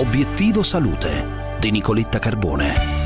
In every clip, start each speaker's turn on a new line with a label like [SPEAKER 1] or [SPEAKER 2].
[SPEAKER 1] Obiettivo Salute di Nicoletta Carbone.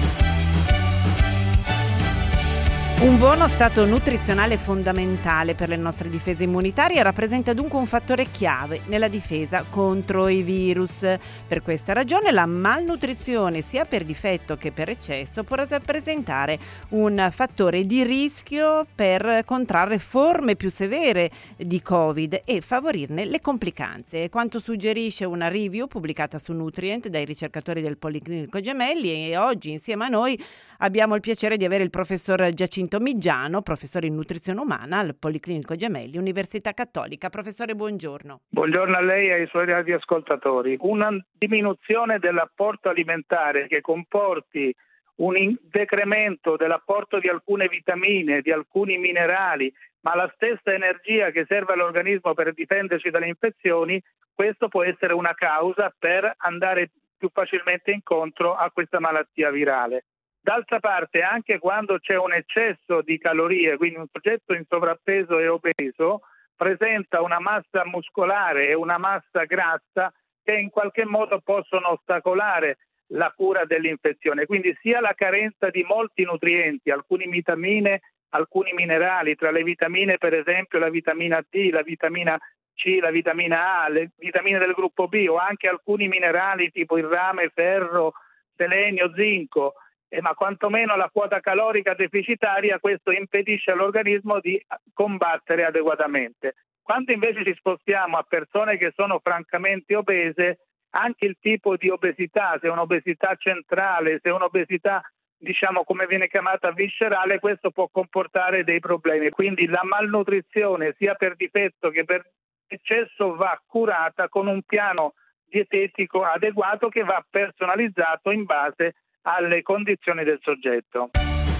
[SPEAKER 2] Un buono stato nutrizionale fondamentale per le nostre difese immunitarie rappresenta dunque un fattore chiave nella difesa contro i virus. Per questa ragione la malnutrizione, sia per difetto che per eccesso, può rappresentare un fattore di rischio per contrarre forme più severe di Covid e favorirne le complicanze. Quanto suggerisce una review pubblicata su Nutrient dai ricercatori del Policlinico Gemelli, e oggi insieme a noi abbiamo il piacere di avere il professor Giacinto Miggiano, professore in nutrizione umana al Policlinico Gemelli, Università Cattolica. Professore, buongiorno.
[SPEAKER 3] Buongiorno a lei e ai suoi radioascoltatori. Una diminuzione dell'apporto alimentare che comporti un decremento dell'apporto di alcune vitamine, di alcuni minerali, ma la stessa energia che serve all'organismo per difenderci dalle infezioni, questo può essere una causa per andare più facilmente incontro a questa malattia virale. D'altra parte, anche quando c'è un eccesso di calorie, quindi un soggetto in sovrappeso e obeso presenta una massa muscolare e una massa grassa che in qualche modo possono ostacolare la cura dell'infezione. Quindi sia la carenza di molti nutrienti, alcune vitamine, alcuni minerali, tra le vitamine per esempio la vitamina D, la vitamina C, la vitamina A, le vitamine del gruppo B o anche alcuni minerali tipo il rame, ferro, selenio, zinco, ma quantomeno la quota calorica deficitaria, questo impedisce all'organismo di combattere adeguatamente. Quando invece ci spostiamo a persone che sono francamente obese, anche il tipo di obesità, se è un'obesità centrale, se è un'obesità come viene chiamata viscerale, questo può comportare dei problemi. Quindi la malnutrizione sia per difetto che per eccesso va curata con un piano dietetico adeguato che va personalizzato in base alle condizioni del soggetto.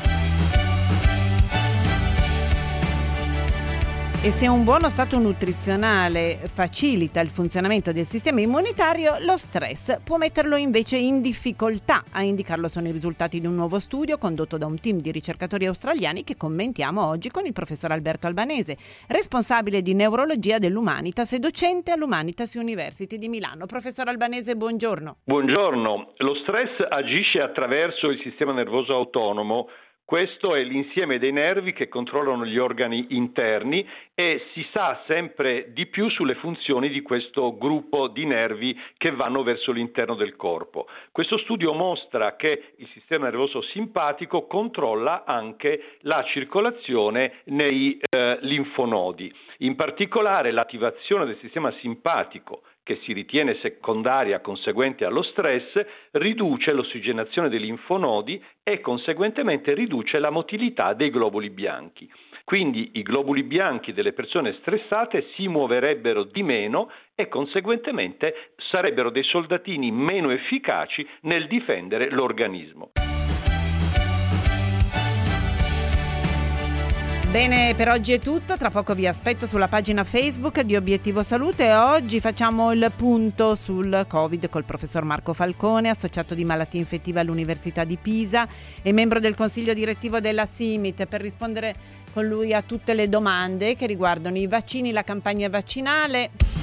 [SPEAKER 2] E se un buono stato nutrizionale facilita il funzionamento del sistema immunitario, lo stress può metterlo invece in difficoltà. A indicarlo sono i risultati di un nuovo studio condotto da un team di ricercatori australiani che commentiamo oggi con il professor Alberto Albanese, responsabile di neurologia dell'Humanitas e docente all'Humanitas University di Milano. Professor Albanese, buongiorno.
[SPEAKER 4] Buongiorno. Lo stress agisce attraverso il sistema nervoso autonomo. Questo è l'insieme dei nervi che controllano gli organi interni e si sa sempre di più sulle funzioni di questo gruppo di nervi che vanno verso l'interno del corpo. Questo studio mostra che il sistema nervoso simpatico controlla anche la circolazione nei linfonodi. In particolare l'attivazione del sistema simpatico, che si ritiene secondaria conseguente allo stress, riduce l'ossigenazione dei linfonodi e conseguentemente riduce la motilità dei globuli bianchi. Quindi i globuli bianchi delle persone stressate si muoverebbero di meno e conseguentemente sarebbero dei soldatini meno efficaci nel difendere l'organismo.
[SPEAKER 2] Bene, per oggi è tutto. Tra poco vi aspetto sulla pagina Facebook di Obiettivo Salute e oggi facciamo il punto sul Covid col professor Marco Falcone, associato di malattie infettive all'Università di Pisa e membro del consiglio direttivo della CIMIT, per rispondere con lui a tutte le domande che riguardano i vaccini, la campagna vaccinale.